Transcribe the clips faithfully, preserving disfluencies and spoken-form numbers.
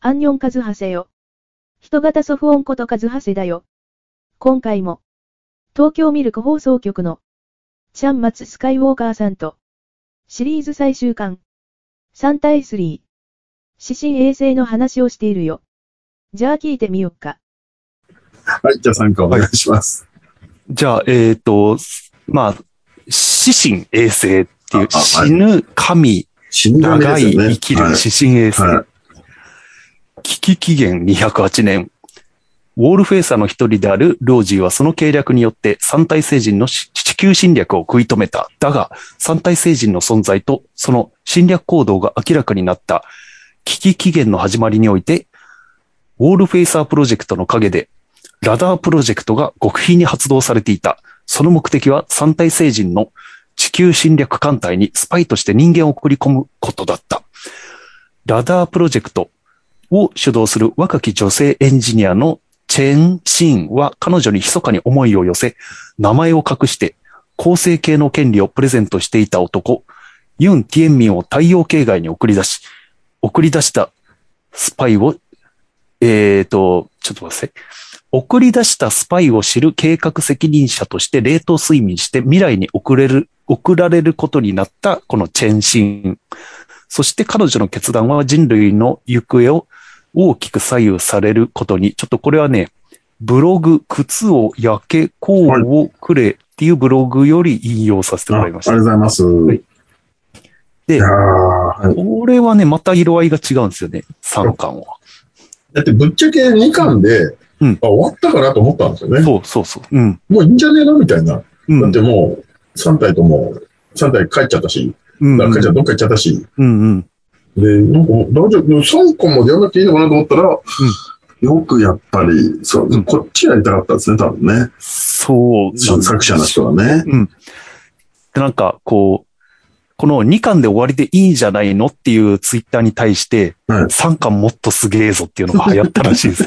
アンニョンカズハセよ。人型ソフオンことカズハセだよ。今回も、東京ミルク放送局の、チャンマツスカイウォーカーさんと、シリーズ最終巻、さん対さん、指針衛星の話をしているよ。じゃあ聞いてみよっか。 はい、じゃあ参加お願いします。 じゃあ、えっと、まあ、指針衛星っていう、死ぬ神、長い生きる指針衛星。危機紀元にひゃくはちねん、ウォールフェイサーの一人であるロージーはその計略によって三体星人の地球侵略を食い止めた。だが、三体星人の存在とその侵略行動が明らかになった危機紀元の始まりにおいて、ウォールフェイサープロジェクトの陰で、ラダープロジェクトが極秘に発動されていた。その目的は三体星人の地球侵略艦隊にスパイとして人間を送り込むことだった。ラダープロジェクトを主導する若き女性エンジニアのチェン・シーンは彼女に密かに思いを寄せ、名前を隠して恒星系の権利をプレゼントしていた男、ユン・ティエンミンを太陽系外に送り出し、送り出したスパイを、えーと、ちょっと待って。送り出したスパイを知る計画責任者として冷凍睡眠して未来に送れる、送られることになったこのチェン・シーン。そして彼女の決断は人類の行方を大きく左右されることに、ちょっとこれはね、ブログ、靴を焼け、甲をくれっていうブログより引用させてもらいました。 あ、ありがとうございます。はい、 で、はい、これはね、また色合いが違うんですよね、さんかんは。 だってぶっちゃけにかんで、うん、あ、終わったかなと思ったんですよね。 そうそうそう。うん、 もういいんじゃねえのみたいな。うん、だってもうさん体とも、さん体帰っちゃったし、うんうん、帰っちゃどっか行っちゃったし。うんうん、で、なんか、大丈夫、さんかんまでやんなきゃいいのかなと思ったら、うん、よくやっぱり、そう、うん、こっちやりたかったですね、多分ね。 そう。 作者の人はね。 うん。で、なんか、こう、このにかんで終わりでいいんじゃないのっていうツイッターに対して、はい、さんかんもっとすげえぞっていうのが流行ったらしいです。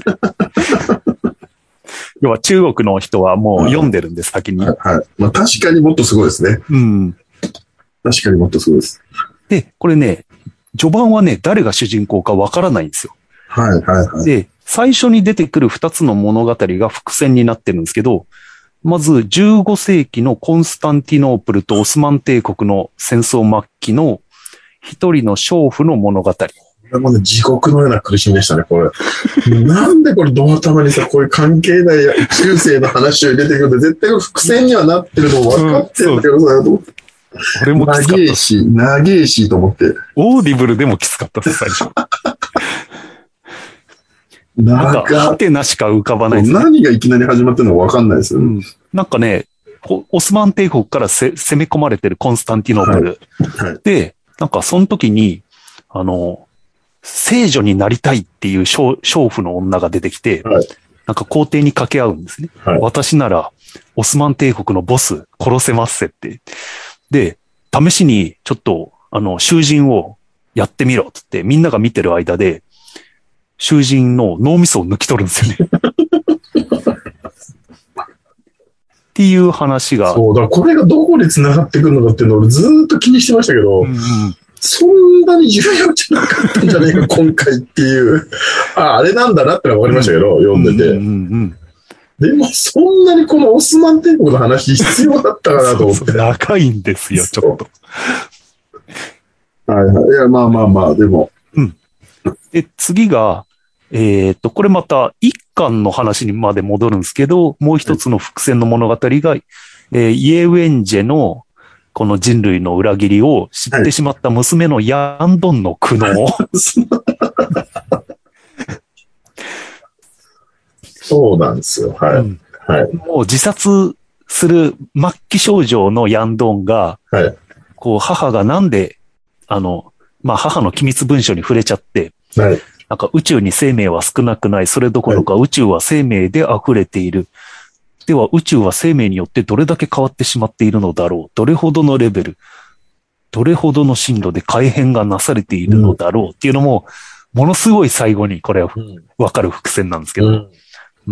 要は中国の人はもう読んでるんです、先に。 はい、はい。まあ確かにもっとすごいですね。うん。確かにもっとすごいです。 で、これね、序盤はね、誰が主人公かわからないんですよ。 はい、はい、はい。 で、最初に出てくるふたつの物語が伏線になってるんですけど、まずじゅうごせいきのコンスタンティノープルとオスマン帝国の戦争末期の一人の娼婦の物語。これもね、地獄のような苦しみでしたね、これ。なんでこれ、ドア玉にさ、こういう関係ない中世の話を入れてくるって、絶対伏線にはなってるの分かってるんだけどさ、と思って。 俺もきつかった。 長いし、長いしと思って。 オーディブルでもきつかったです、最初。なんか、ハテナしか浮かばないですね。 何がいきなり始まってるのか分かんないですよね。うん、 なんかね、オスマン帝国からせ攻め込まれてるコンスタンティノープル。はいはい、で、なんかその時に、あの、聖女になりたいっていう娼婦の女が出てきて、はい、なんか皇帝に掛け合うんですね。はい、私なら、オスマン帝国のボス殺せますって。で、試しにちょっと、あの、囚人をやってみろってって、みんなが見てる間で、囚人の脳みそを抜き取るんですよね。っていう話が。 そうだ、これがどこで繋がってくるのかっていうのを俺ずーっと気にしてましたけど、うんうん、そんなに重要じゃなかったんじゃないか、今回っていう。あ、あれなんだなってのは分かりましたけど、うん、読んでて。うんうんうんでも、そんなにこのオスマン帝国の話必要だったかなと思って。そうそう長いんですよ、ちょっと。 はいはい。いや、まあまあまあ、でも。 うん。で、次が、えっと、これまた一巻の話にまで戻るんですけど、もう一つの伏線の物語が、えー、イエウェンジェのこの人類の裏切りを知ってしまった娘のヤンドンの苦悩。 そうなんですよ。はい。うん、はい。 もう自殺する末期症状のヤンドンが、はい。こう、母がなんで、あの、まあ、母の機密文書に触れちゃって、はい。なんか宇宙に生命は少なくない、それどころか宇宙は生命で溢れている。はい、では宇宙は生命によってどれだけ変わってしまっているのだろう。どれほどのレベル、どれほどの深度で改変がなされているのだろうっていうのも、ものすごい最後にこれはわかる伏線なんですけど、うんうん。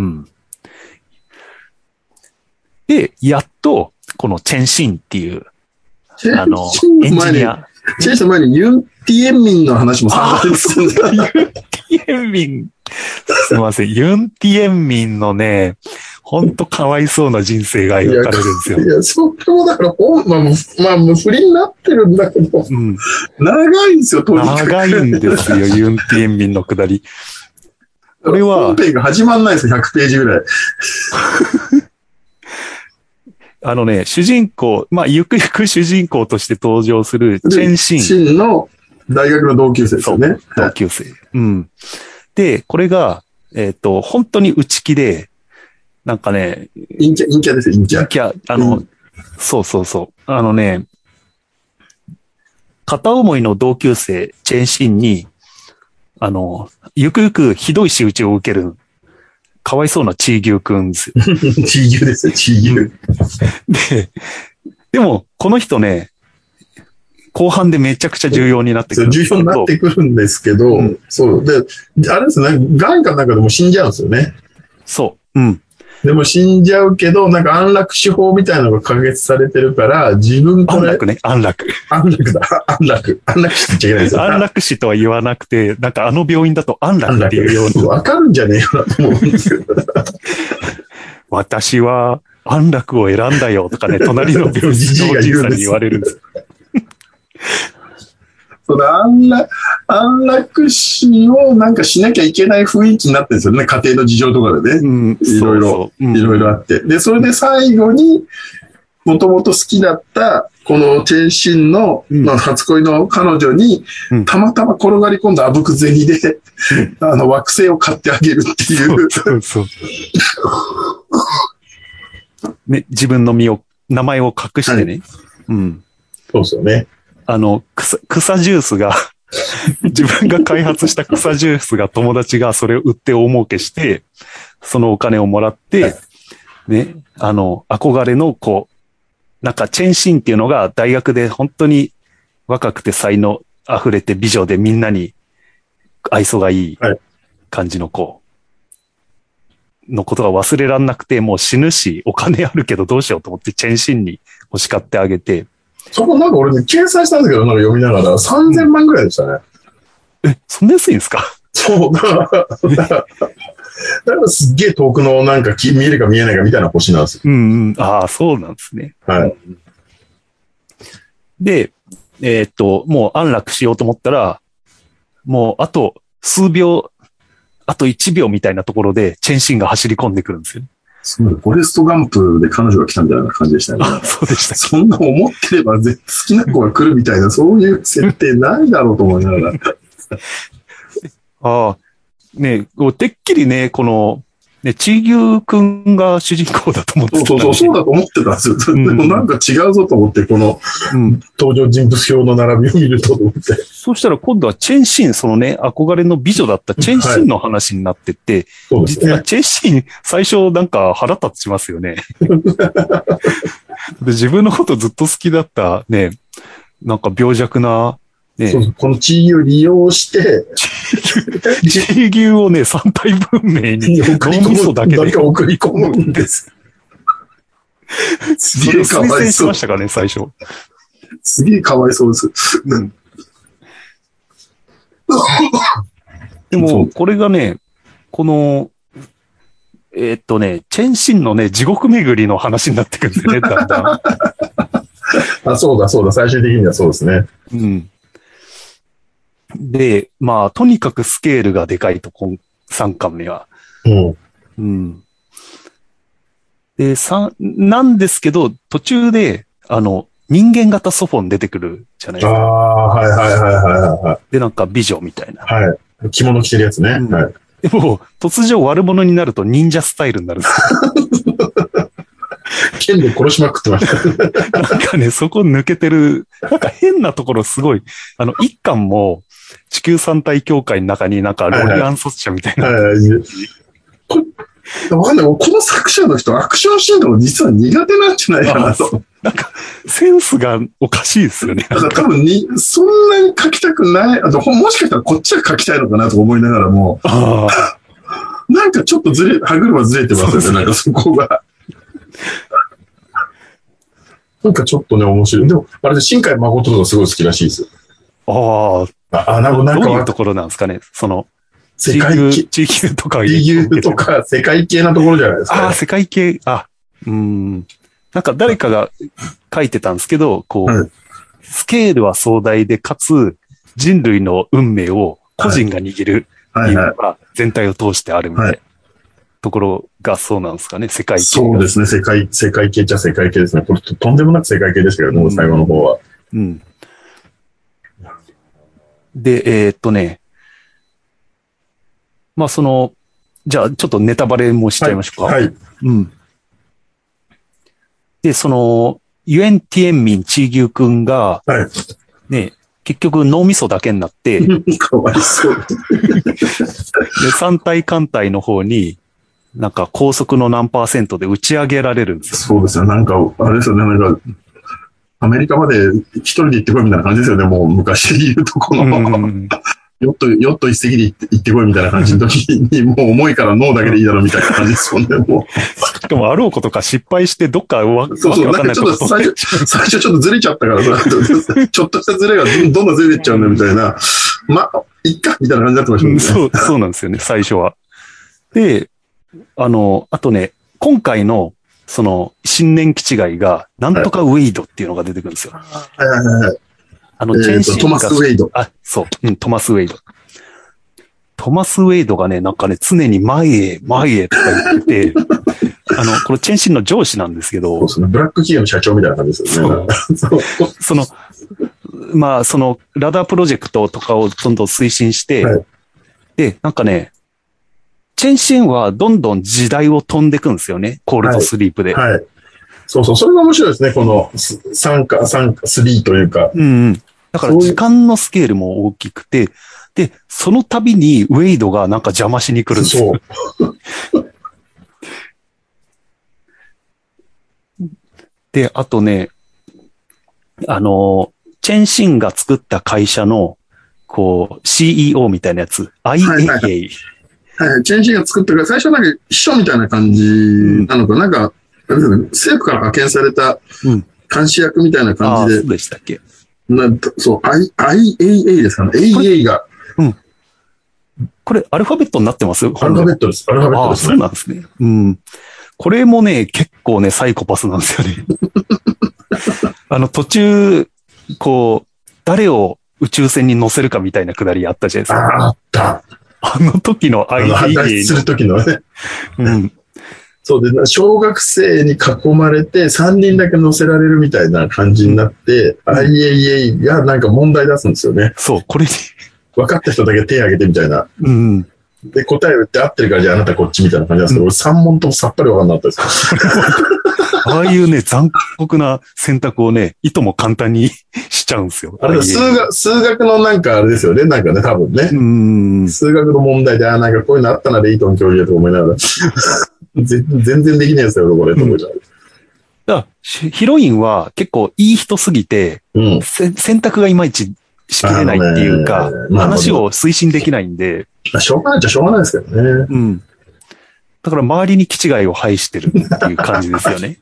で、やっと、このチェンシンっていう、あの、エンジニア。 チェンシンの前にユン・ティエンミンの話も参加してるんだ。 ティエンミン、すみません、ユンティエンミンのね、ほんとかわいそうな人生が描かれるんですよ。 いや、いやそれもだから、まあ、まあ、もう不倫になってるんだけど、うん、長いんですよ、とにかく。 長いんですよ、ユンティエンミンのくだり。これは、 本編が始まんないですよ、ひゃくページぐらい。 あのね、主人公、まあ、ゆくゆく主人公として登場するチェンシン。 チンの大学の同級生ですよね。 同級生。うん。で、これが、えっと、本当に内気で、なんかね、 陰キャ、陰キャですよ、陰キャ。 陰キャ、あの、うん、そうそうそう。あのね、片思いの同級生、チェンシンに、あの、ゆくゆくひどい仕打ちを受ける、かわいそうなチーギューくんですよ。 チーギューですよ、チーギュー。 で、でも、この人ね、後半でめちゃくちゃ重要になってくる。 重要になってくるんですけど、うん、そう。で、あれですね、ガンかなんかでも死んじゃうんですよね。 そう。うん。 でも死んじゃうけど、なんか安楽死法みたいなのが可決されてるから、自分これ。 安楽ね、安楽。 安楽だ、安楽。安楽死って言っちゃいけないですよ。 安楽死とは言わなくて、なんかあの病院だと安楽っていうような。 わかるんじゃねえよなと思うんですけど。 私は安楽を選んだよとかね、隣の病院のおじいさんに言われるんです。 その安楽、安楽死をなんかしなきゃいけない雰囲気になってるんですよね。家庭の事情とかでね。うん、いろいろ、うん、いろいろあって。で、それで最後に、もともと好きだった、このチェンシンの、うん、まあ、初恋の彼女に、うん、たまたま転がり込んだあぶく銭で、うん、あの、惑星を買ってあげるっていう。そうそうそうね、自分の身を、名前を隠してね。はい、うん。 そうですよね。 あの、草、草ジュースが、自分が開発した草ジュースが友達がそれを売って大儲けして、そのお金をもらって、はい、ね、あの、憧れの子、なんかチェンシンっていうのが大学で本当に若くて才能溢れて美女でみんなに愛想がいい感じの子のことが忘れらんなくて、もう死ぬし、お金あるけどどうしようと思ってチェンシンに欲し買ってあげて、 そこなんか俺ね、計算したんだけど、なんか読みながらさんぜんまんぐらいでしたね。 え、そんな安いんですか？ そう、だから、だからだからすっげえ遠くのなんか見えるか見えないかみたいな星なんですよ。 うんうん。ああ、そうなんですね。 はい。 で、えー、っと、もう安楽しようと思ったら、もうあと数秒、あといちびょうみたいなところでチェンシンが走り込んでくるんですよ。 そう、フォレストガンプで彼女が来たみたいな感じでしたね。 あ、そうでした。 そんな思ってれば好きな子が来るみたいな、そういう設定ないだろうと思いながら。 ああ、ねえ、てっきりね、この、ね、チーギューくんが主人公だと思ってた。 そうそうそう、そうだと思ってたんですよ。うん、でもなんか違うぞと思って、この、うん、登場人物表の並びを見ると思って。 そうしたら今度はチェンシン、そのね、憧れの美女だったチェンシンの話になってて、はい、そうですね、実はチェンシン、最初なんか腹立ちますよね。で自分のことずっと好きだったね、なんか病弱な、ね、 そうそう、この地位を利用して、 地牛をね、三体文明に脳みそだけで送り込むんです。 すげえかわいそう。しましたかね、最初。 すげえかわいそうです。うん、 でも、これがね、この、えー、っとね、チェンシンのね、地獄巡りの話になってくるんですよね、だんだん。 あ、そうだ、そうだ、最終的にはそうですね。 うん。で、まあ、とにかくスケールがでかいと、さんかんめは。 うん。 うん。で、さん、なんですけど、途中で、あの、人間型ソフォン出てくるじゃないですか。 ああ、はいはいはいはいはい。 で、なんか美女みたいな。 はい。着物着てるやつね。うん、はい。 でも、突如悪者になると忍者スタイルになるんですよ。 剣で殺しまくってました。 なんかね、そこ抜けてる、なんか変なところすごい、あの、一巻も、地球三体協会の中になんかロリアン卒者みたいな。はいはいはい、 こわかんない。この作者の人、アクションシーンも実は苦手なんじゃないかなと。 なんか、センスがおかしいですよね。 だから多分に、そんなに書きたくない、あと、もしかしたらこっちは書きたいのかなと思いながらも、あなんかちょっとずれ、歯車ずれてますよね、なんかそこが。なんかちょっとね、面白い。でも、あれで新海誠とかすごい好きらしいですよ。 ああ。あ、なんか、なんか。どういうところなんですかね、その。 世界系。 地球とか。 地球とか世界系なところじゃないですか、ね。 ああ、世界系、あ、うん。なんか誰かが書いてたんですけど、こう、はい、スケールは壮大で、かつ人類の運命を個人が握るっていうのが全体を通してあるみたいな。はいはいところがそうなんですかね、世界系。 そうですね、世界、世界系っちゃ世界系ですね。これとんでもなく世界系ですけどね、うん、最後の方は。うん。 で、えー、っとね、まあその、じゃあちょっとネタバレもしちゃいましょうか。はい。はい、うん。で、その、ユエン・ティエンミン・チーギュー君が、はい。ね、結局脳みそだけになって、 かわいそう。 で、三体艦隊の方に、なんか高速の何パーセントで打ち上げられるんですよ。 そうですよ。なんか、あれですよね。なんか、アメリカまで一人で行ってこいみたいな感じですよね。もう昔で言うとこの、うんヨット、ヨット一隻で行って行ってこいみたいな感じの時に、もう重いから脳だけでいいだろうみたいな感じですもんね。もう。でもあろうことか失敗してどっかわそうそう、なんかちょっと最初、最初ちょっとずれちゃったからさ、ちょっとしたずれがどんどんずれてっちゃうんだみたいな。まあ、いっかみたいな感じになってましたもんね。 そう、そうなんですよね、最初は。で、あの、あとね、今回の、その、新年気違いが、なんとかウェイドっていうのが出てくるんですよ。 はいはいはい。 あの、チェンシンが、 トマス・ウェイド。 あ、そう、うん、トマス・ウェイド。トマス・ウェイドがね、なんかね、常に前へ、前へとか言ってて、あの、このチェンシンの上司なんですけど。 そうですね。ブラック企業の社長みたいな感じですよね。 そう。その、まあ、その、ラダープロジェクトとかをどんどん推進して、はい、で、なんかね、チェンシンはどんどん時代を飛んでいくんですよね。コールドスリープで。 はい。はい、そうそう。それが面白いですね。このさんか、さんか、さんというか。 うんうん。だから時間のスケールも大きくて、で、その度にウェイドがなんか邪魔しに来るんですよ。そう。で、あとね、あの、チェンシンが作った会社の、こう、シーイーオー みたいなやつ、アイエーエー。はいはいはいはい、チェンシンが作ったから、最初はなんか秘書みたいな感じなのか、うん、なんか、あれですね、政府から派遣された監視役みたいな感じで。 うん、あ、そうでしたっけ。 なんとそう、アイエーエー ですかね。エーエー が。 うん。これ、アルファベットになってますアルファベットです。アルファベットですね。あ、そうなんですね。うん。これもね、結構ね、サイコパスなんですよね。あの、途中、こう、誰を宇宙船に乗せるかみたいなくだりあったじゃないですか。 あ、あった。 あの時のアイエーエーの。 脱出する時のね。 うん。 そうで、小学生に囲まれてさんにんだけ乗せられるみたいな感じになって、うん、アイエーエー がなんか問題出すんですよね。 そう、これに。 分かった人だけ手挙げてみたいな。 うん。 で、答えを言って合ってるからじゃああなたこっちみたいな感じなんですけど、うん、俺さん問ともさっぱり分かんなかったですよ。 ああいうね、残酷な選択をね、いとも簡単にしちゃうんですよ。 あれ数学、数学のなんかあれですよね。なんかね、多分ね。 うん数学の問題で、あ、なんかこういうのあったならいいと思う教授だと思いながら。全然できないですよ、これ、と思っちゃう。 だからヒロインは結構いい人すぎて、うん、選択がいまいちしきれないっていうか、まあ、話を推進できないんで。 しょうがないっちゃしょうがないですけどね。 うん。だから周りに気違いを排してるっていう感じですよね。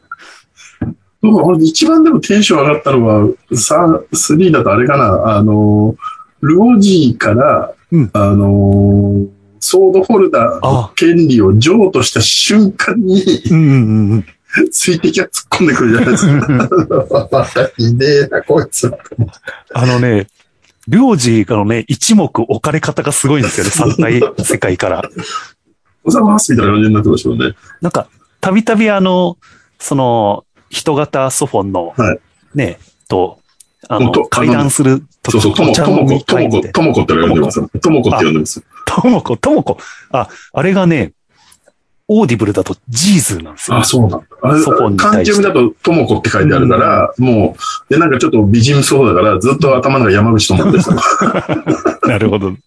俺一番でもテンション上がったのは、さ、スリーだとあれかな、あの、ルオジーから、うん、あの、ソードホルダーの権利を譲渡した瞬間に、水滴が突っ込んでくるじゃないですか。またひでえな、こいつ。 あのね、ルオジーからのね、一目置かれ方がすごいんですよね、三体世界から。 おざますみたいな感じになってましたよね。 なんか、たびたびあの、その、人型ソフォンの、はい、ね、と、あの、会談するとそうそう、とも、ともこ、ともこ、ともこって呼んでます。ともこって呼んでます。 ともこ、ともこ。あ、あれがね、オーディブルだとジーズなんですよ。 あ、そうなんだ。あれ、ソフォンに対して。漢字読みだとともこって書いてあるから、うん、もう、で、なんかちょっと美人そうだから、ずっと頭の中山口と思ってた。 なるほど。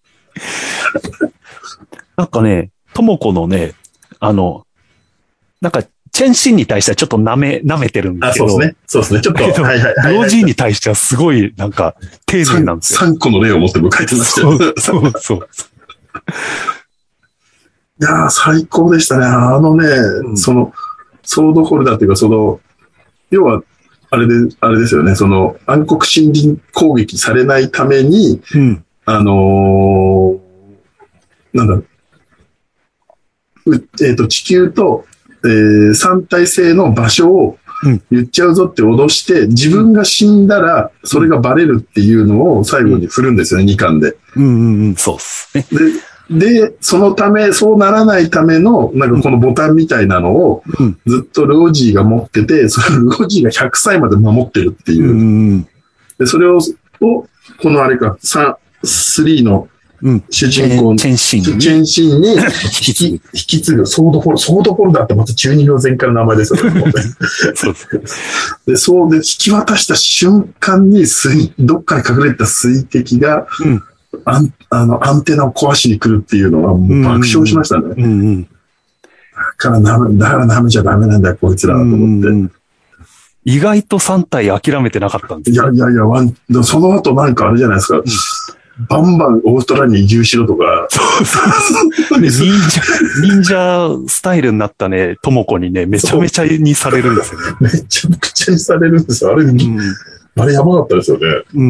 なんかね、ともこのね、あの、なんか、チェンシンに対してはちょっと舐め、舐めてるんですけど。 あ、そうですね。そうですね。ちょっと、はいはいはい。 ロージーに対してはすごい、なんか、丁寧なんですよ。 さんこの例を持って迎えてましたよ。そうそうそう。 いやー、最高でしたね。あのね、うん、その、ソードホルダーっていうか、その、要は、あれで、あれですよね、その、暗黒森林攻撃されないために、うん、あのー、 なんだろう、えっ、ー、と、地球と、えー、三体星の場所を言っちゃうぞって脅して、自分が死んだら、それがバレるっていうのを最後に振るんですよね、にかんで。 うんうんうん、そうっすね。 で、で、そのため、そうならないための、なんかこのボタンみたいなのを、ずっとロジーが持ってて、そのロジーがひゃくさいまで守ってるっていう。うん、で、それを、をこのあれか、さん、スリーの、うん、主人公のチェンシンに、チェンシンに引き、引き継ぐ、ソードフォル、ソードフォルダーってまた中二病全開の名前ですよね。そうで、そうで、引き渡した瞬間に水、どっかに隠れた水滴が、うん、アン、あの、アンテナを壊しに来るっていうのはもう爆笑しましたね。うんうん、だからなめ、だから舐めちゃダメなんだよ、こいつらと思って。うんうん、 意外とさん体諦めてなかったんですよ。いやいやいや、ワン、その後なんかあれじゃないですか。うん、バンバンオーストラリアに移住しろとか。そうそう。 忍者、忍者スタイルになったね、ともこにね、めちゃめちゃにされるんですよね。 めちゃくちゃにされるんですよ。あれ、うん、あれやばかったですよね。 うん。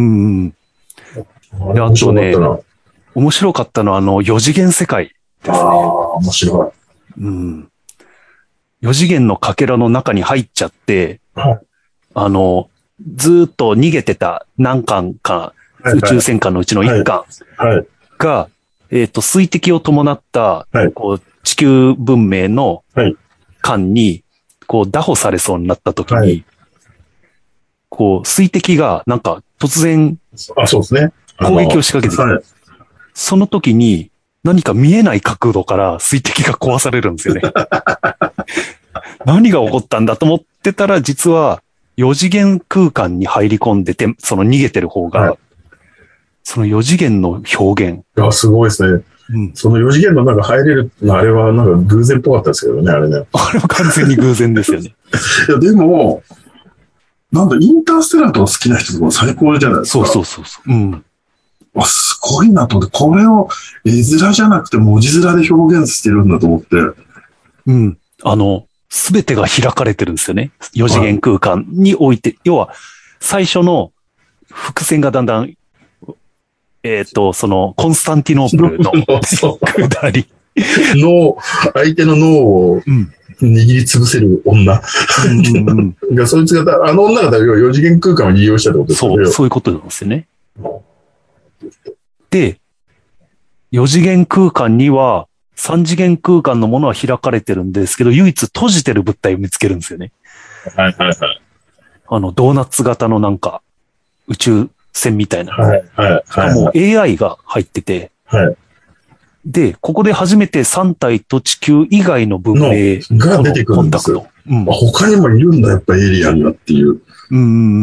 あであとね、面白かったのはあの、四次元世界ですね。ああ、 面白い。うん。四次元のかけらの中に入っちゃって、はい、あの、ずーっと逃げてた何巻か、宇宙戦艦のうちの一巻が、えっと、水滴を伴った、こう、地球文明の艦に、こう、拿捕されそうになった時に、こう、水滴が、なんか、突然、 あ、そうですね。 攻撃を仕掛けてきた。その時に、何か見えない角度から水滴が壊されるんですよね。何が起こったんだと思ってたら、実は、四次元空間に入り込んでて、その逃げてる方が、その四次元の表現。 いや、すごいですね。うん、その四次元の中入れるの、あれはなんか偶然っぽかったですけどね、あれね。 あれは完全に偶然ですよね。 いや、でも、なんだ、インターステラーとか好きな人とか最高じゃないですか。 そうそうそう。うん。 あ、すごいなと思って、これを絵面じゃなくて文字面で表現してるんだと思って。 うん。あの、すべてが開かれてるんですよね。四次元空間において。はい、要は、最初の伏線がだんだん、えっ、ー、と、その、コンスタンティノープルの下り。 脳、相手の脳を握りつぶせる女。うんうん、がそいつが、あの女が四次元空間を利用したってことですよね。 そう、そういうことなんですよね。で、四次元空間には、三次元空間のものは開かれてるんですけど、唯一閉じてる物体を見つけるんですよね。 はいはいはい。 あの、ドーナツ型のなんか、宇宙船みたいな。 はいはいはい。 もう エーアイ が入ってて。 はい。 で、ここで初めてさん体と地球以外の文明が出てくるんですよ。うん、他にもいるんだ、やっぱエイリアンがっていう。 うん。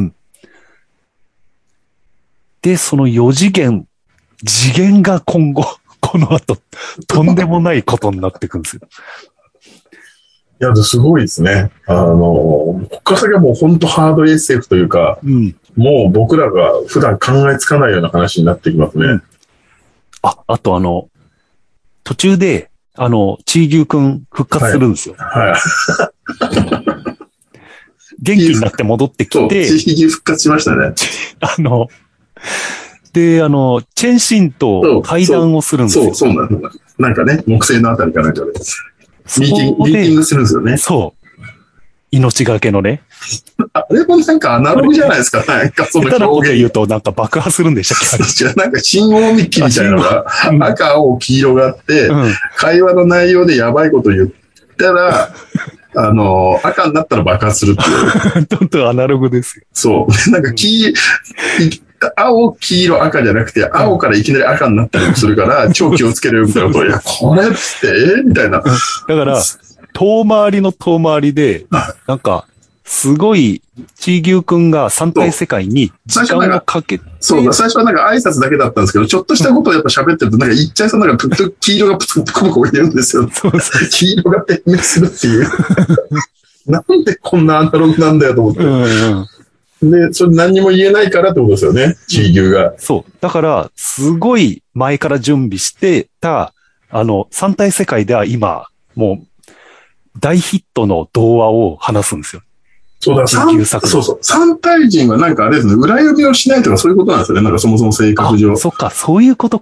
で、そのよ次元、次元が今後、この後、とんでもないことになっていくんですよ。 いや、すごいですね。あの、ここから先はもう本当ハード エスエフ というか、うん、もう僕らが普段考えつかないような話になってきますね。うん、 あ、あとあの、途中で、あの、チーギューくん復活するんですよ。はい。はい、元気になって戻ってきて。 チーギュー復活しましたね。 あの、で、あの、チェンシンと対談をするんですよ。 そう、そうなんだ。なんかね、木星のあたりかなんかで。ミーティング、ミーティングするんですよね。 そう。命がけのね。 あれもなんかアナログじゃないですか。なんかその表現。 下手なこと言うとなんか爆破するんでしたっけ？なんか信号日記みたいなのが赤、青、黄色があって、うん、会話の内容でやばいこと言ったら、あの、赤になったら爆発するっていう。 ちょっとアナログですよ。 そう。なんか黄、青、黄色、赤じゃなくて、青からいきなり赤になったりもするから、超気をつけるみたいなことを、いや、これっつって、えみたいな。だから、遠回りの遠回りで、なんか、すごい、チーギューくんが三体世界に時間をかけて。 そうだ、最初はなんか挨拶だけだったんですけど、ちょっとしたことをやっぱ喋ってると、なんか言っちゃいそうな、なんか黄色がプツプツコココ言うんですよ。そうそう。黄色が点滅するっていう。なんでこんなアナログなんだよと思って。うんうん、で、それ何にも言えないからってことですよね、チーギューが。 そう。だから、すごい前から準備してた、あの、三体世界では今、もう、大ヒットの童話を話すんですよ。 そうだ、三、そうそう。三体人はなんかあれですね、裏読みをしないとかそういうことなんですよね。なんかそもそも性格上。 そっか、そういうことか。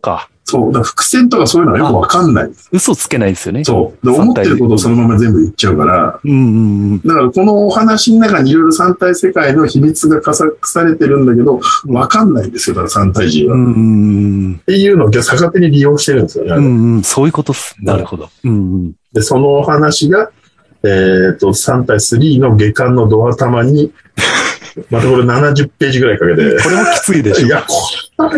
そう。だから伏線とかそういうのはよくわかんない。 嘘つけないですよね。 そう。で思ってることをそのまま全部言っちゃうから。 うんうんうん。 だからこのお話の中にいろいろ三体世界の秘密が隠されてるんだけど、わかんないんですよ。だから三体人は。うんうんうん。っていうのを逆手に利用してるんですよね。 うんうん。そういうことっす。なるほど。うんうん。 で、そのお話が、えっと、さん対さんの下巻のドア玉に、またこれななじゅっページぐらいかけて。 これもきついでしょ。 いや、これ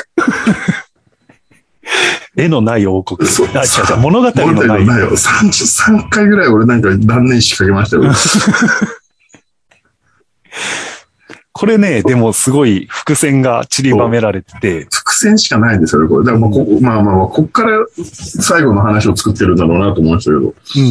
絵のない王国。そう。あ、違う違う、物語のない。物語のないよ。 さんじゅうさんかいぐらい俺なんか断念しかけましたよ。 これね、でもすごい伏線が散りばめられてて。 伏線しかないんですよね、これ。だからまあ、こまあまあまあ、こっから最後の話を作ってるんだろうなと思いましたけど。 うん。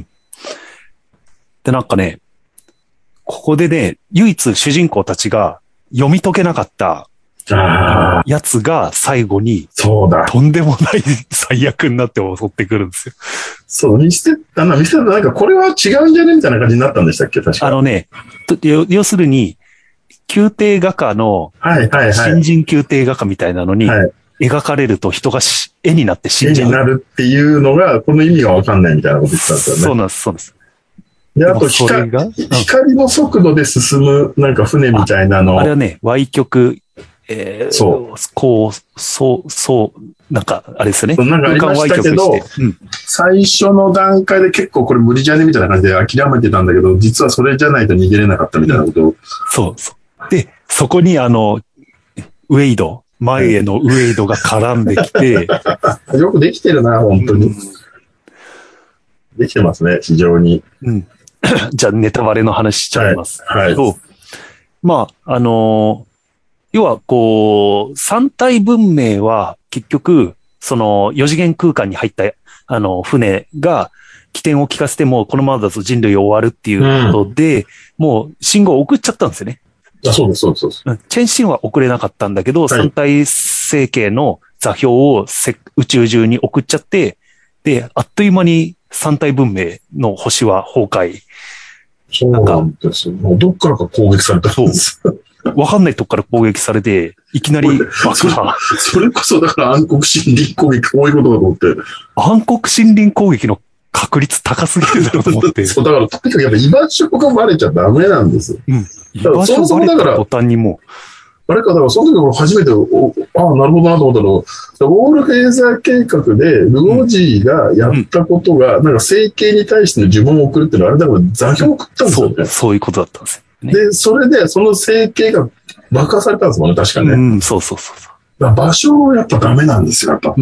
で、なんかね、ここでね、唯一主人公たちが読み解けなかったやつが最後に、 そうだ。 とんでもない最悪になって襲ってくるんですよ。 そう、見せてたな、見せてたなんかこれは違うんじゃねみたいな感じになったんでしたっけ、確か。 あのね、要するに、宮廷画家の、新人宮廷画家みたいなのに、描かれると人が絵になって死んじゃう。 絵になるっていうのが、この意味がわかんないみたいなこと言ってたんですよね。 そうなんです、そうなんです。 で、あと光、光の速度で進む、なんか船みたいなの。 あ, あれはね、歪曲、えー、そう。こう、そう、そう、なんか、あれですよね。 なんかありましたけど、うん、最初の段階で結構これ無理じゃねみたいな感じで諦めてたんだけど、実はそれじゃないと逃げれなかったみたいなことを。うん、 そうそう。で、そこにあの、ウェイド、前へのウェイドが絡んできて。 よくできてるな、本当に。うん、できてますね、非常に。 うん。じゃあ、ネタバレの話しちゃいます。 はい。はい、 まあ、あのー、要は、こう、三体文明は結局、その四次元空間に入った、あの、船が起点を聞かせても、このままだと人類終わるっていうことで、うん、もう信号を送っちゃったんですよね。 あ、そうです、そうです、そうです。 チェンシンは送れなかったんだけど、はい、三体星系の座標を宇宙中に送っちゃって、で、あっという間に三体文明の星は崩壊。 そうなんですよ。もうどっからか攻撃されたんです。 わかんないとこから攻撃されて、いきなり爆破。 それこそだから暗黒森林攻撃、こういうことだと思って。 暗黒森林攻撃の確率高すぎるだろうと思って。 そう、だからとにかくやっぱ居場所がバレちゃダメなんですよ。 うん。居場所がバレた途端にもう。 あれか、だからその時初めて、ああ、なるほどなと思ったの。ウォールフェーザー計画で、ルオジーがやったことが、うん、なんか整形に対しての呪文を送るっていうのは、あれだから座標を送ったんですよね。 そう、そういうことだったんですよ。ね、 で、それで、その整形が爆破されたんですもんね、確かね。 うん、そうそうそうそう。 だ場所はやっぱダメなんですよ、やっぱ。 うん。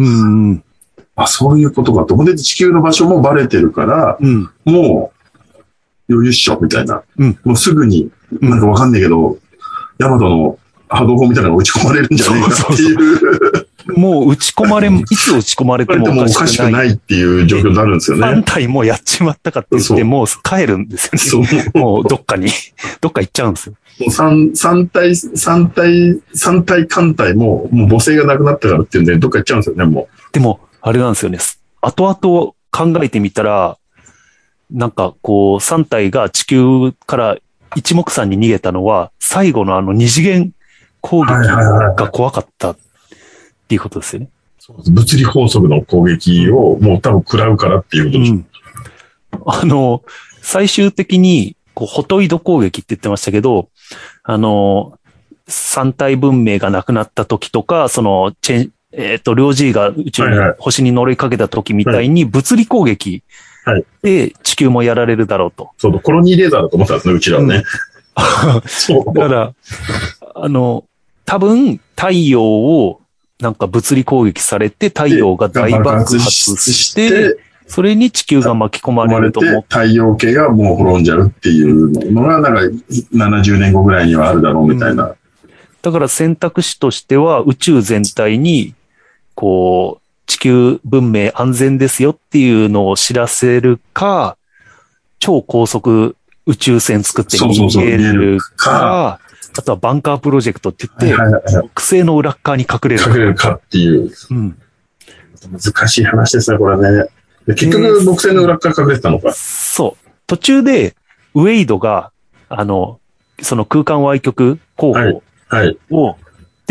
あ、そういうことかと。で、地球の場所もバレてるから、うん、もう、余裕っしょ、みたいな。うん、もうすぐに、なんかわかんないけど、ヤマトの波動砲みたいなのが打ち込まれるんじゃないかっていう。そうそうそう、 もう打ち込まれ、いつ打ち込まれてもおかしくない。 おかしくないっていう状況になるんですよね。 反対もやっちまったかって言って、もう帰るんですよね。そう。もうどっかに、どっか行っちゃうんですよ。 もう三、三体、三体、三体艦隊も、もう母性がなくなったからっていうんで、どっか行っちゃうんですよね、もう。 でも、あれなんですよね。後々考えてみたら、なんかこう、三体が地球から一目散に逃げたのは、最後のあの二次元攻撃が怖かったっていうことですよね。 物理法則の攻撃をもう多分食らうからっていうことでしょ。うん、 あの、最終的に、こう、ホトイド攻撃って言ってましたけど、あの、三体文明がなくなった時とか、その、チェン、えっと、両 G が宇宙に、はいはい、星に乗りかけた時みたいに物理攻撃で地球もやられるだろうと。 そう、コロニーレーザーだと思ったんですね、うちらはね。 うん、そう。だから、あの、多分、太陽をなんか物理攻撃されて、太陽が大爆発して、それに地球が巻き込まれると思って。 太陽系がもう滅んじゃうっていうのが、なんかななじゅうねんごぐらいにはあるだろうみたいな。うん、 だから選択肢としては宇宙全体に、こう、地球文明安全ですよっていうのを知らせるか、超高速宇宙船作って逃げるか、あとはバンカープロジェクトって言って、木星の裏側に隠れるか。 隠れるかっていう。うん、難しい話ですね、これね。結局、木星の裏側隠れてたのか。 そう。途中で、ウェイドが、あの、その空間歪曲候補を、はいはい、で、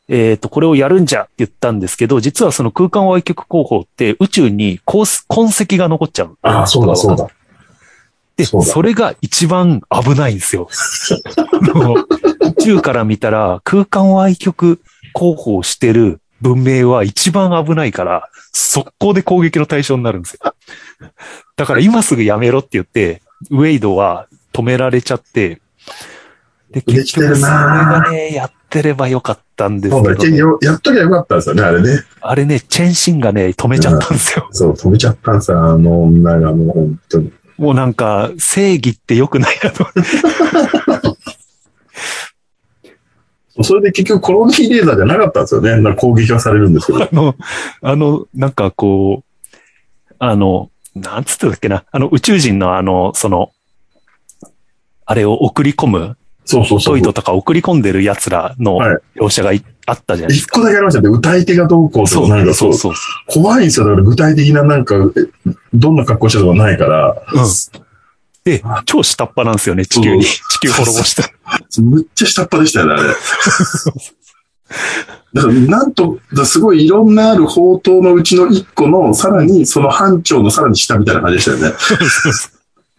えっと、これをやるんじゃって言ったんですけど、実はその空間歪曲工法って宇宙に痕跡が残っちゃう。 ああ、そうだそうだ。 で、そ, それが一番危ないんですよ。宇宙から見たら空間歪曲工法をしてる文明は一番危ないから、速攻で攻撃の対象になるんですよ。だから今すぐやめろって言って、ウェイドは止められちゃって、で、結局それがね、やってればよかったんですけど、ね。 そうだ、やっときゃよかったんですよね、あれね。 あれね、チェンシンがね、止めちゃったんですよ。 そう、止めちゃったんですよ、あの女がもう本当に。 もうなんか、正義って良くないなと。 それで結局コロニーレーザーじゃなかったんですよね。なんか攻撃はされるんですけど。 あの、あの、なんかこう、あの、なんつってたっけな、あの宇宙人のあの、その、あれを送り込む、 そうそうそう。 トイドとか送り込んでる奴らの描写が、はい、あったじゃないですか。 一個だけありましたね。歌い手がどうこうとか、なんかそう、そうそう怖いんですよ。だから具体的ななんか、どんな格好したとかないから。うん。 で、超下っ端なんですよね、地球に。地球滅ぼした。 むっちゃ下っ端でしたよね、あれ。だから、なんと、すごいいろんなある宝刀のうちの一個の、さらに、その班長のさらに下みたいな感じでしたよね。そうそうそう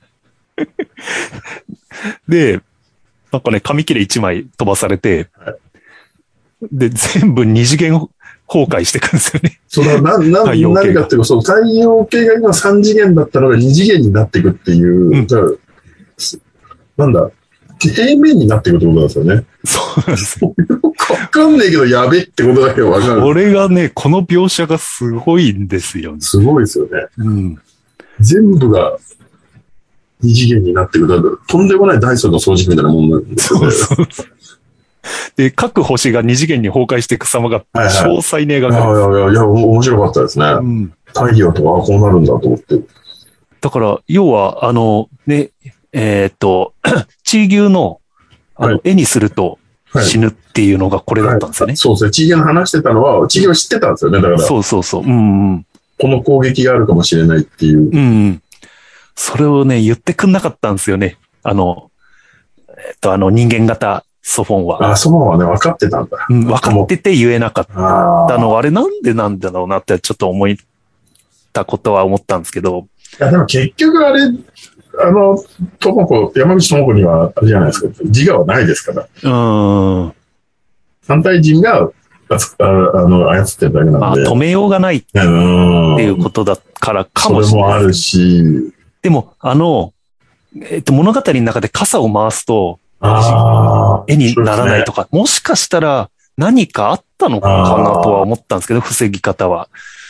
で、なんかね、紙切れ一枚飛ばされて、はい、で、全部二次元崩壊していくんですよね。 そうだ、な、な、何かっていうと、そう、太陽系が今三次元だったのが二次元になっていくっていう、うん、だからなんだ、平面になっていくってことなんですよね。 そうなんですよ。 よくわかんないけど、やべってことだけわかる。 これがね、この描写がすごいんですよね。 すごいですよね。 うん。 全部が二次元になっていく。とんでもないダイソンの掃除機みたいなもんなんですよね。そうそうそう。 で、各星が二次元に崩壊していく様が詳細に描かれて、 はいはい、いやいやいや、面白かったですね。うん、太陽とかこうなるんだと思って。 だから、要は、あの、ね、えー、っと、地牛の、あの、はい、絵にすると死ぬっていうのがこれだったんですよね。 はいはい、そうですね。地牛の話してたのは、地牛は知ってたんですよね。だから。 そうそうそう。うんうん、 この攻撃があるかもしれないっていう。 うん。それをね、言ってくんなかったんですよね。あの、えっと、あの、人間型ソフォンは。 あ、ソフォンはね、分かってたんだ。 うん、分かってて言えなかったのは、あれなんでなんだろうなってちょっと思ったことは思ったんですけど。 いや、でも結局あれ、あの、ともこ、山口智子には、あれじゃないですか、自我はないですから。 うん。 反対人が、あ, あの、操ってるだけなんで。まあ、 止めようがないっていうことだからかもしれない。 それもあるし。 でも、あの、えっと、物語の中で傘を回すと、絵にならないとか、ね、もしかしたら何かあったのかなとは思ったんですけど、防ぎ方は。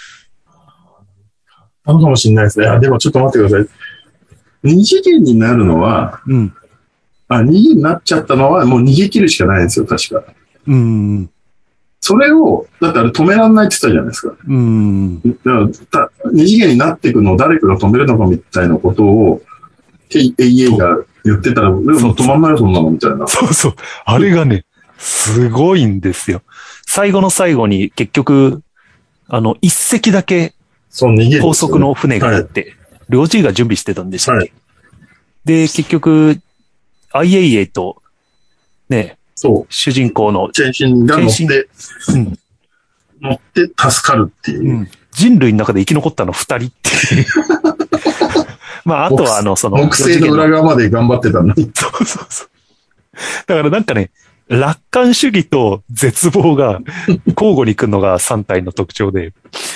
あるかもしれないですね。あ、でもちょっと待ってください。二次元になるのは、うん。あ、二次元になっちゃったのはもう逃げ切るしかないんですよ、確か。 うん。 それを、だってあれ止めらんないって言ったじゃないですか。 うん。 だから二次元になっていくのを誰かが止めるのかみたいなことを、エイエイが言ってたら、でも止まんないよ、そんなの、みたいな。 そうそう。あれがね、すごいんですよ。最後の最後に結局、あの、一隻だけ、高速の船があって、両 G が準備してたんでしたっけ、はい、で、結局、アイエイエイと、ね、 そう主人公の、 チェンシンが乗って、うん、乗って助かるっていう、うん。 人類の中で生き残ったの二人っていう。まあ、あとはあの、その、 木星の裏側まで頑張ってたのに。 そうそうそう。だからなんかね、楽観主義と絶望が交互に来るのがさん体の特徴で。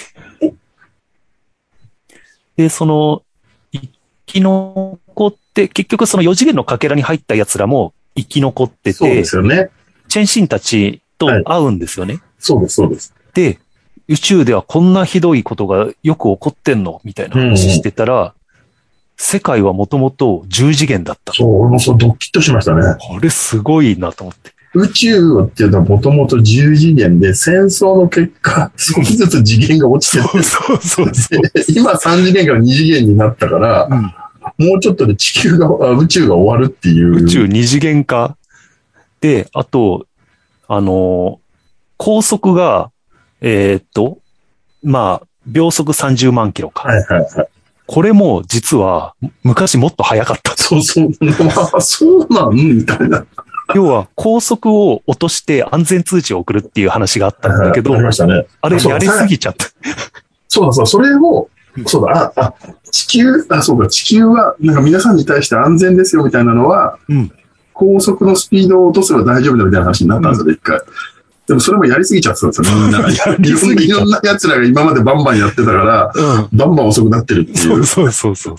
で、その、生き残って、結局そのよ次元のかけらに入った奴らも生き残ってて、そうですよね。 チェンシンたちと会うんですよね。はい、 そうです、そうです。 で、宇宙ではこんなひどいことがよく起こってんのみたいな話してたら、うんうん、世界はもともと十次元だった。 そう、俺もそうドッキッとしましたね。 これすごいなと思って。 宇宙っていうのはもともと十次元で、戦争の結果、少しずつ次元が落ちてる。 そうそうそう今三次元から二次元になったから、うん、もうちょっとで地球が、宇宙が終わるっていう。 宇宙二次元化。で、あと、あの、高速が、えー、っと、まあ、秒速さんじゅうまんキロか。 はいはいはい。 これも実は昔もっと速かった。 そうそう。まあ、そうなんみたいな。 要は高速を落として安全通知を送るっていう話があったんだけど、 ありましたね。 あれやりすぎちゃった。 そうだそう、それを、そうだ、あ、あ、地球、あ、そうだ、地球は、なんか皆さんに対して安全ですよみたいなのは、うん、高速のスピードを落とせば大丈夫だみたいな話になったんですよね、一回。でもそれもやりすぎちゃってたんですよ、みんなが。いろんな奴らが今までバンバンやってたから、うん、バンバン遅くなってるっていう。 そうそうそうそう。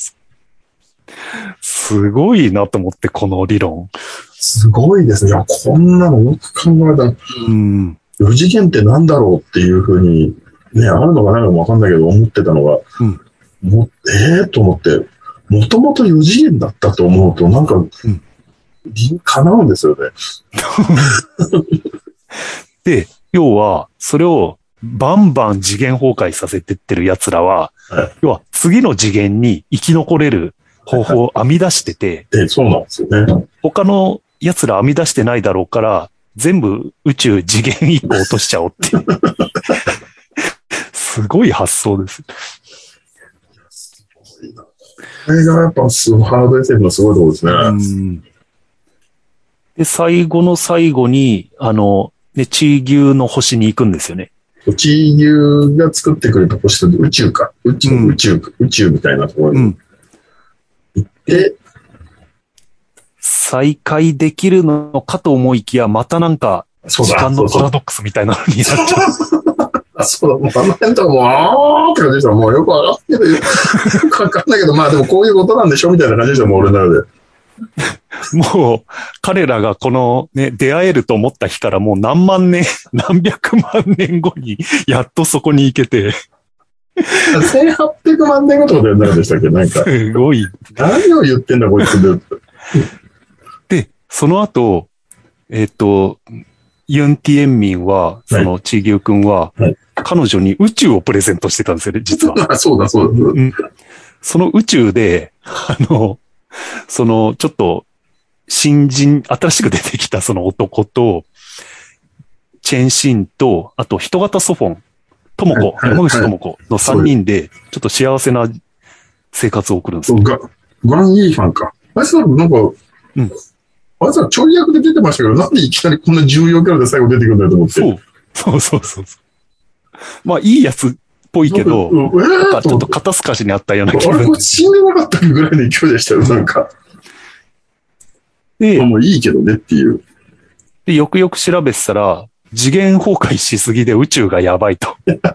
すごいなと思って、この理論。 すごいですね。いや、こんなのよく考えたら、うん、よ次元ってなんだろうっていうふうに、ね、あるのかないのかもわかんないけど、思ってたのが、うん、もええー、と思って、もともとよ次元だったと思うと、なんか、うん、理にかなうんですよね。 で、要は、それをバンバン次元崩壊させてってる奴らは、はい、要は次の次元に生き残れる方法を編み出してて、 はいはい、そうなんですよね。 他の奴ら編み出してないだろうから、全部宇宙次元一個落としちゃおうっていう。すごい発想です。 すごいな。これがやっぱハード エスエフ のすごいところですね。うんで、最後の最後に、あの、ね、地球の星に行くんですよね。 地球が作ってくれた星と宇宙か。宇宙、うん、宇宙、宇宙みたいなところに行って、うん、 再会できるのかと思いきや、またなんか、時間のパラドックスみたいなのになっちゃう。 あ、そうだ、もうあの辺とかもう、あーって感じでした。もうよくわかんないけど、よくわかんないけど、まあでもこういうことなんでしょみたいな感じでした、もう俺の中で。 もう、彼らがこのね、出会えると思った日からもう何万年、何百万年後に、やっとそこに行けて。 せんはっぴゃくまん年後とかでやんなかったでしたっけなんか。 すごい。 何を言ってんだ、こいつで。で、その後、えっと、ユンティエンミンは、その、チーギュー君は、はい、彼女に宇宙をプレゼントしてたんですよね、実は。 そうだ、そうだ。うん、 その宇宙で、あの、その、ちょっと、新人、新しく出てきたその男と、チェンシンと、あと人型ソフォン、ともこ、山口ともこのさんにんで、ちょっと幸せな生活を送るんですよ。 ガ、ガン・イーファンか。あいつはなんか、うん。あいつはちょい役で出てましたけど、なんでいきなりこんな重要キャラで最後出てくるんだと思って。 そう。そうそうそうそう。まあ、いいやつっぽいけど、なんか、なんかちょっと肩透かしにあったような気がする。 あれも死んでなかったぐらいの勢いでしたよ、なんか。で、もういいけどねっていう。 で、よくよく調べてたら、次元崩壊しすぎで宇宙がやばいと。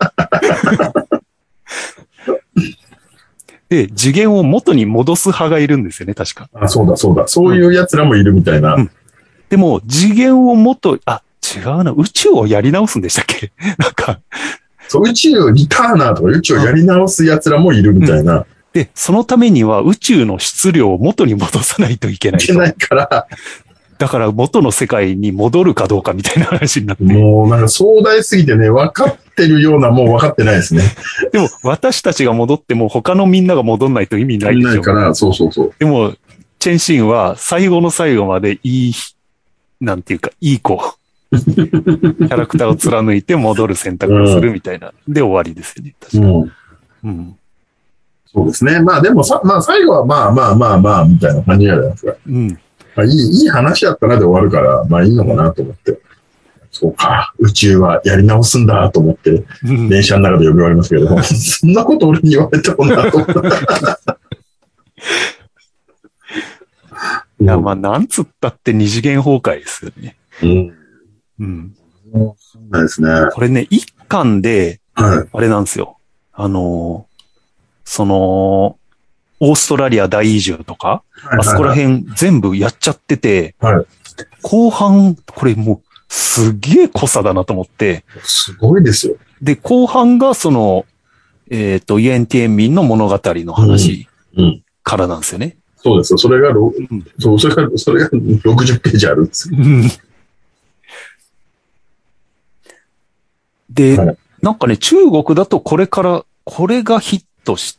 で、次元を元に戻す派がいるんですよね、確か。 あ、そうだそうだ。そういう奴らもいるみたいな。うん、 でも、次元を元、あ、違うな、宇宙をやり直すんでしたっけなんか。 そう、宇宙リターナーとか宇宙をやり直す奴らもいるみたいな。うん、 で、そのためには宇宙の質量を元に戻さないといけないと。 いけないから。 だから元の世界に戻るかどうかみたいな話になって。 もうなんか壮大すぎてね、分かってるようなもう分かってないですね。 でも私たちが戻っても他のみんなが戻んないと意味ないでしょ。 ないから、そうそうそう。 でも、チェンシンは最後の最後までいい、なんていうか、いい子。キャラクターを貫いて戻る選択をするみたいな。うん、で終わりですよね。確かに。うん。うん、 そうですね。まあでもさ、まあ最後はまあまあまあまあ、みたいな感じじゃないですか。うん。まあ、いい、いい話だったなで終わるから、まあいいのかなと思って。そうか、宇宙はやり直すんだと思って、電車の中で呼び終わりますけど、うん、そんなこと俺に言われてもなと思った。 いや、まあなんつったって二次元崩壊ですよね。うん。うん。 そうですね。 これね、一巻で、あれなんですよ。はい、あの、その、オーストラリア大移住とか、はいはいはい、あそこら辺全部やっちゃってて、はい、後半、これもうすげえ濃さだなと思って。 すごいですよ。 で、後半がその、えっ、ー、と、イエンティエンミンの物語の話からなんですよね。うんうん、 そうですよ。それが、うん、そう、それが、それがろくじゅっページあるんですよ。 で、はい、なんかね、中国だとこれから、これがヒットして、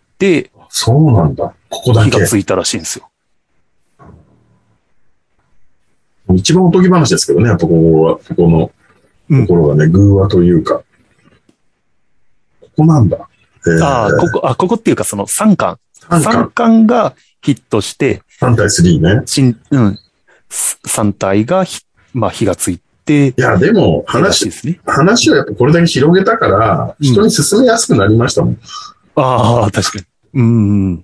そうなんだ。ここだけ。 火がついたらしいんですよ。 一番おとぎ話ですけどね、やっぱここは、ここのところがね、うん、偶話というか。ここなんだ。 えー、ああ、ここ、あ、ここっていうかそのさんかん。さんかんがヒットして。 さん対さんね。 新、うん。 さん体が、まあ、火がついて。 いや、でも、話、ね、話はやっぱこれだけ広げたから、人に進めやすくなりましたもん。うん、 ああ、確かに。うん。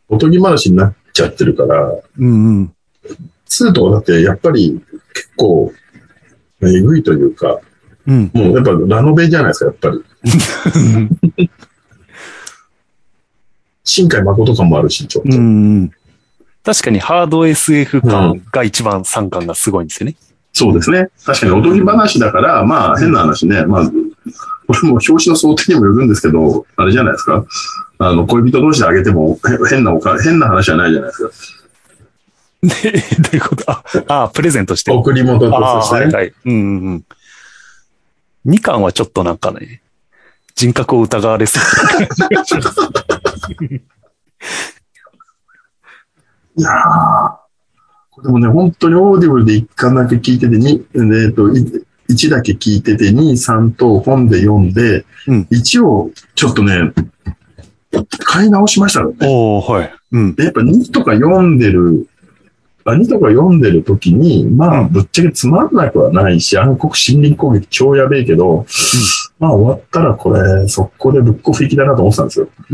おとぎ話になっちゃってるから。 うんうん。 ツーとかだって、やっぱり、結構、えぐいというか、うん、もうやっぱラノベじゃないですか、やっぱり。新海誠感もあるし、ちょっと。うん、 確かにハード エスエフ 感が一番さんかんがすごいんですよね。 そうですね。確かにおとぎ話だから、まあ変な話ね。まあ、これも表紙の想定にもよるんですけど、あれじゃないですか。あの、恋人同士であげても変なおか、変な話はないじゃないですか。 で、どういうことああ、プレゼントして。 贈り物としてね。 はいはい。うんうんうん。にかんはちょっとなんかね、人格を疑われそう。 いやー、でもね、本当にオーディブルでいっかんだけ聞いてて、に、えっと、いちだけ聞いてて、に、さんと本で読んで、うん、いちをちょっとね、買い直しましたよね。 おー、はい。 うん。やっぱにとか読んでる、にとか読んでる時に、まあ、ぶっちゃけつまんなくはないし、暗黒森林攻撃超やべえけど、うん、まあ終わったらこれ、速攻でぶっこ吹きだなと思ってたんですよ。うん。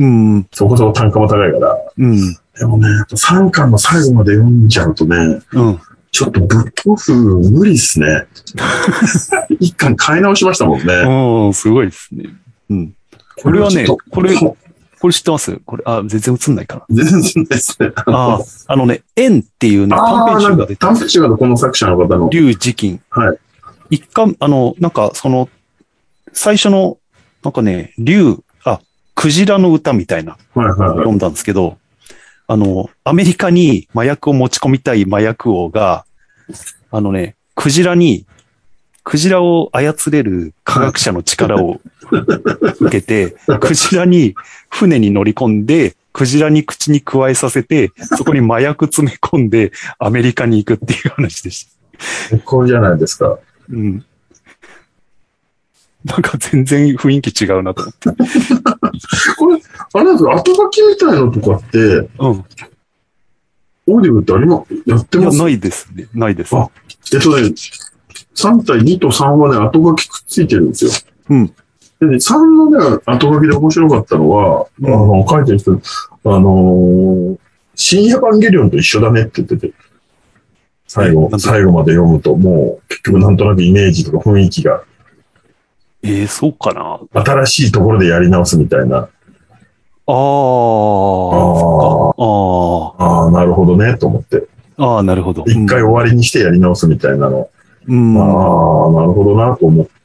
そこそこ単価も高いから。うん。でもね、さんかんの最後まで読んじゃうとね、うん。ちょっとぶっこふ無理っすね。いっかん買い直しましたもんね。 うん、すごいですね。うん。これはね、これ、これ知ってますこれ、あ、全然映んないかな。 全然映んないですね。 ああのね、円っていうね、短編集が出て短編集がこの作者の方の。 龍磁金。 はい。 一巻、あの、なんか、その、最初の、なんかね、龍、あ、クジラの歌みたいな、はいはいはい、読んだんですけど、あの、アメリカに麻薬を持ち込みたい麻薬王が、あのね、クジラに、クジラを操れる科学者の力を受けて、クジラに船に乗り込んで、クジラに口に加えさせて、そこに麻薬詰め込んでアメリカに行くっていう話でした。 最高じゃないですか。 うん。なんか全然雰囲気違うなと思って。 これ、あれなんですか、後書きみたいなのとかって、うん。オーディブってありま、やってます？ いや、ないですね。ないです。 あ、えっとね、さん対にとさんはね、後書きくっついてるんですよ。うん。でね、さんのね、後書きで面白かったのは、うん、あの、書いてる人、あのー、新エヴァンゲリオンと一緒だねって言ってて、最後、最後まで読むと、もう、結局なんとなくイメージとか雰囲気が。 ええー、そうかな。 新しいところでやり直すみたいな。ああ。ああ。ああ、なるほどね、と思って。 ああ、なるほど。 一回終わりにしてやり直すみたいなの。うん。ああ、なるほどな、と思って。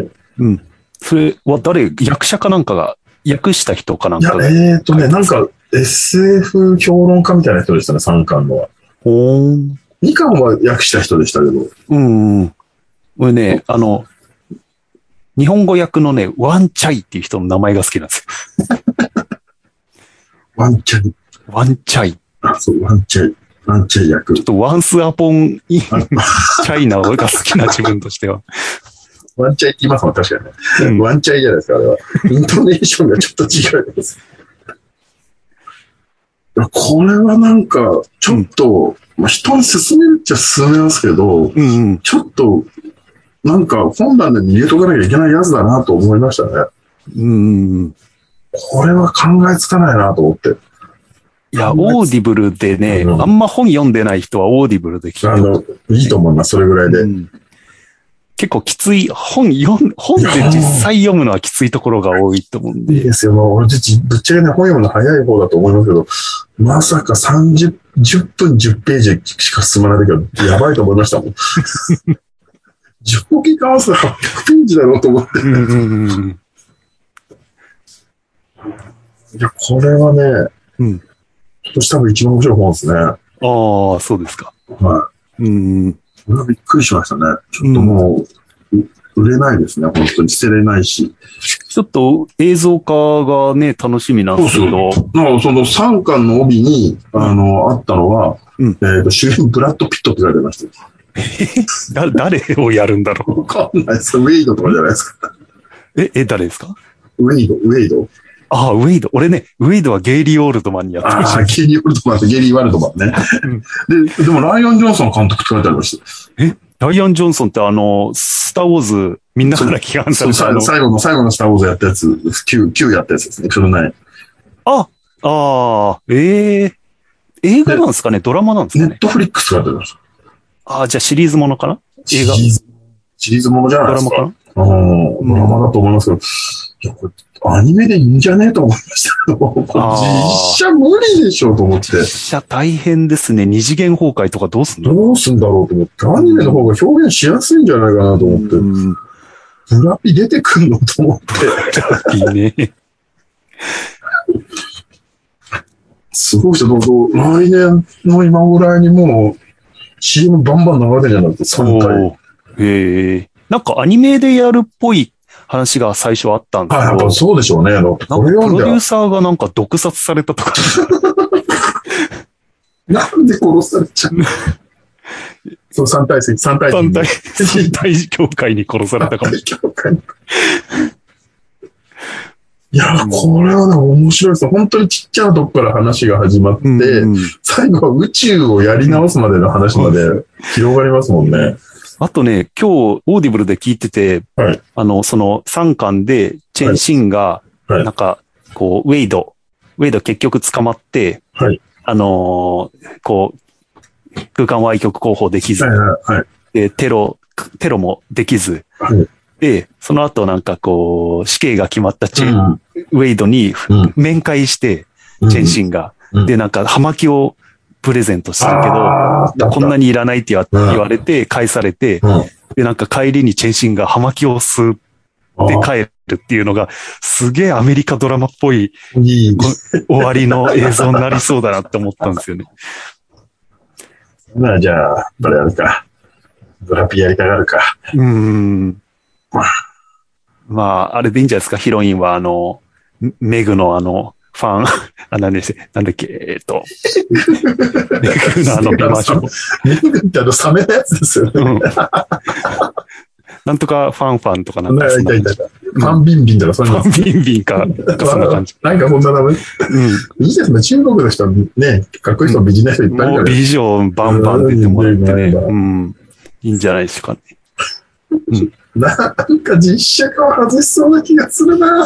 うん。それは誰、役者かなんかが、訳した人かなんかが。 いや、えっとね、なんか エスエフ 評論家みたいな人でしたね、さんかんのは。 ほーん。 にかんは訳した人でしたけど。 うんうん。これね、あの、日本語訳のね、ワンチャイっていう人の名前が好きなんですよ。 ワンチャイ。 ワンチャイ。 あ、そう、ワンチャイ。ワンチャイ役。 ちょっとワンスアポンインチャイナが好きな自分としては。 ワンチャイって言いますもん、確かにね。うん、ワンチャイじゃないですか、あれは。イントネーションがちょっと違います。これはなんか、ちょっと、うん、まあ、人に勧めるっちゃ勧めますけど、うんうん、ちょっと、なんか本棚に入れとかなきゃいけないやつだなと思いましたね。うん。これは考えつかないなと思って。 いや、オーディブルでね、うん、あんま本読んでない人はオーディブルで聞いてあの、いいと思います、それぐらいで。うん、 結構きつい、本読ん、本で実際読むのはきついところが多いと思うんで。 いいですよ、もう俺実、ぶっちゃけね、本読むの早い方だと思いますけど、まさかさんじゅう、じゅっぷんじゅっページしか進まないときはやばいと思いましたもん。上下関数はっぴゃくページだろうと思って。うんうんうん、いや、これはね、うん。今年多分一番面白い本ですね。ああ、そうですか。はい。うん。 これはびっくりしましたね。ちょっともう、うん、売れないですね。本当に捨てれないし。 ちょっと映像化がね、楽しみなんですけど。 そうそう。なんかそのさんかんの帯に、あの、あったのは、うん、えっと、主演ブラッド・ピットって書いてました。 だ、誰をやるんだろう。 わかんないです。ウェイドとかじゃないですか。 え、え、誰ですか？ ウェイド、ウェイド。 ああ、ウェイド。俺ね、ウェイドはゲイリー・オールドマンにやってました。 ああ、ゲイリー・オールドマンとゲイリー・ワルドマンね。で、でもライアン・ジョンソン監督って書いてありました。 えライアン・ジョンソンってあの、スター・ウォーズ、みんなから批判されたの最後の、最後のスター・ウォーズやったやつ、きゅう、きゅうやったやつですね、それない。 あ、ああ、ええー、映画なんですかねドラマなんですかねネットフリックスがやってるんです。 ああ、じゃあシリーズものかな映画。 シリーズ、シリーズものじゃないですか。ドラマかなうん、ドラマだと思いますけど、いや、これ、アニメでいいんじゃねえと思いましたけど、実写無理でしょと思って。実写大変ですね。二次元崩壊とかどうすんのどうすんだろうと思って、アニメの方が表現しやすいんじゃないかなと思って。うんブラピ出てくんのと思って。ブラピね。すごい人、どうぞ、来年の今ぐらいにもう シーエム バンバン流れてるじゃなくてさんかい。 へえ。なんかアニメでやるっぽい話が最初あったんですけど。 はい、やっぱそうでしょうね。なんかプロデューサーがなんか毒殺されたとか。 なんで殺されちゃうのそう、三体制、三体三体、三体協会に殺されたかもしれない。 いや、これはね、面白いです。本当にちっちゃなとこから話が始まって、うん、最後は宇宙をやり直すまでの話まで広がりますもんね。 あとね、今日、オーディブルで聞いてて、はい、あの、そのさんかんで、チェンシンが、なんか、こう、ウェイド、ウェイド結局捕まって、はい、あのー、こう、空間歪曲工法できず、はいはいはい、で、テロ、テロもできず、はい、で、その後なんかこう、死刑が決まったチェン、うん、ウェイドに面会して、うん、チェンシンが、うん、で、なんか葉巻をプレゼントしたけど、こんなにいらないって言われて、返されて、うん、で、なんか帰りにチェンシンが葉巻を吸って帰るっていうのが、すげえアメリカドラマっぽい、いい終わりの映像になりそうだなって思ったんですよね。 まあじゃあ、どれやるか。ブラピやりたがるか。 うーん。まあ、あれでいいんじゃないですか。ヒロインはあの、メグのあの、ファン、あ、なんでしなんだっけ、えっと。メグのあの美魔女。 メグってあのサメのやつですよね。うん、 なんとかファンファンとかなんか。 いたいたいた。ファンビンビンとかそんな。 ファンビンビンか。なんかそんな感じ。 なんかこんな名前。うん。いいですね。中国の人ね、かっこいい人、美人な人いっぱいいるから。 もう美女バンバン出てもらってね。うん。いいんじゃないですかね。 うん、なんか実写化を外しそうな気がするな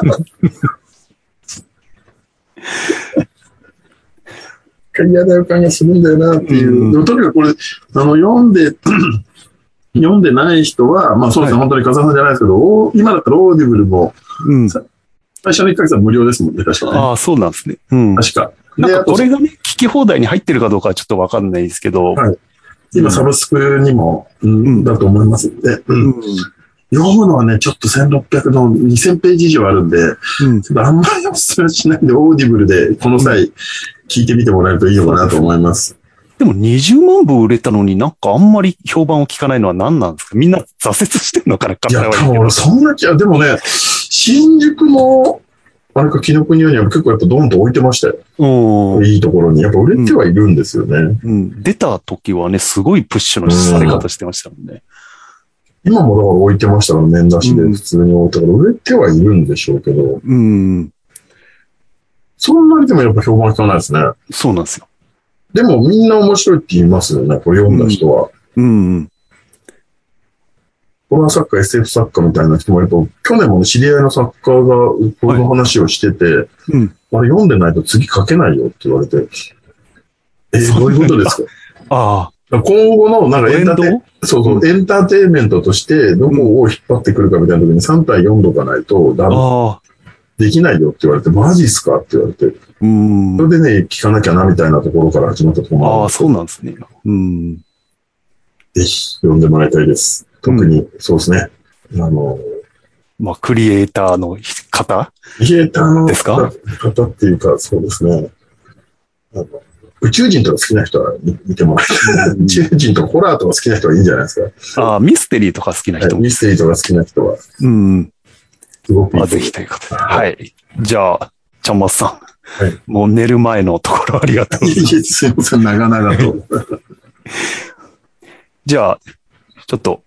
嫌な予感がするんだよなっていう。うん、でもとにかくこれ、あの、読んで、読んでない人は、まあそうですね、はい、本当に笠さんじゃないですけど、今だったらオーディブルも、うん、最初のいっかげつは無料ですもんね、確かね。 ああ、そうなんですね。うん。 確か。 なんかこれがね、聞き放題に入ってるかどうかはちょっとわかんないですけど、はい、 今、サブスクにも、うん、だと思いますので、うんうん、読むのはね、ちょっとせんろっぴゃくのにせんページ以上あるんで、うん、ちょっとあんまりおすすめしないんで、オーディブルでこの際、聞いてみてもらえるといいのかなと思います。 でもにじゅうまんぶ売れたのになんかあんまり評判を聞かないのは何なんですか？みんな挫折してんのかな？ いや、多分俺そんな気は、でもね、新宿の、あれか、紀ノ国屋には結構やっぱドンと置いてましたよ。いいところに。やっぱ売れてはいるんですよね。うんうん、出た時はね、すごいプッシュのされ方してましたもんね。 うん、今もだから置いてましたから、年出しで普通に置いたから、売れてはいるんでしょうけど。うん。そんなにでもやっぱ評判聞かないですね。 そうなんですよ。 でもみんな面白いって言いますよね、これ読んだ人は。うん。うん、ホラー作家、エスエフ 作家みたいな人もいると、去年もね、知り合いの作家がこの話をしてて、はいうん、あれ読んでないと次書けないよって言われて、えー、どういうことですかああ。今後のなんかエンターテそうそう、うん、エンターテインメントとしてどこを引っ張ってくるかみたいな時にさんたいよんとかないとダメ。あできないよって言われて、マジっすかって言われて。うん。それでね、聞かなきゃなみたいなところから始まったところもある。 ああ、そうなんですね。うん。 ぜひ読んでもらいたいです。特に、うん、そうですね。あの、 まあ、クリエイターの方クリエイターのですか方っていうか、そうですね。あの宇宙人とか好きな人は見てもらえる。宇宙人とかホラーとか好きな人はいいんじゃないですか。 ああ、ミステリーとか好きな人も、 はい。ミステリーとか好きな人は。うん。 すごくいい。まあ、ぜひということで。はい。じゃあ、ちゃんまつさん。はい。もう寝る前のところありがとうございます。いえ、 すいません、長々と。 じゃあ、ちょっと、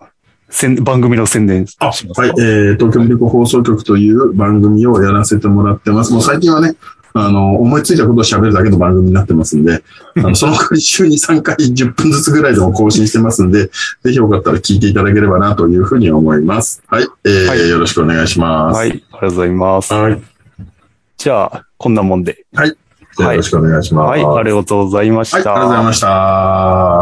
番組の宣伝しますか？はい、えー、東京ミルク放送局という番組をやらせてもらってます。もう最近はね、あの、思いついたことを喋るだけの番組になってますんで、あのその代わり週にさんかいじゅっぷんずつぐらいでも更新してますんで、ぜひよかったら聞いていただければなというふうに思います。はい、えーはい、よろしくお願いします。 はい、ありがとうございます。はい。じゃあ、こんなもんで。 はい。よろしくお願いします。 はい、ありがとうございました。 はい、ありがとうございました。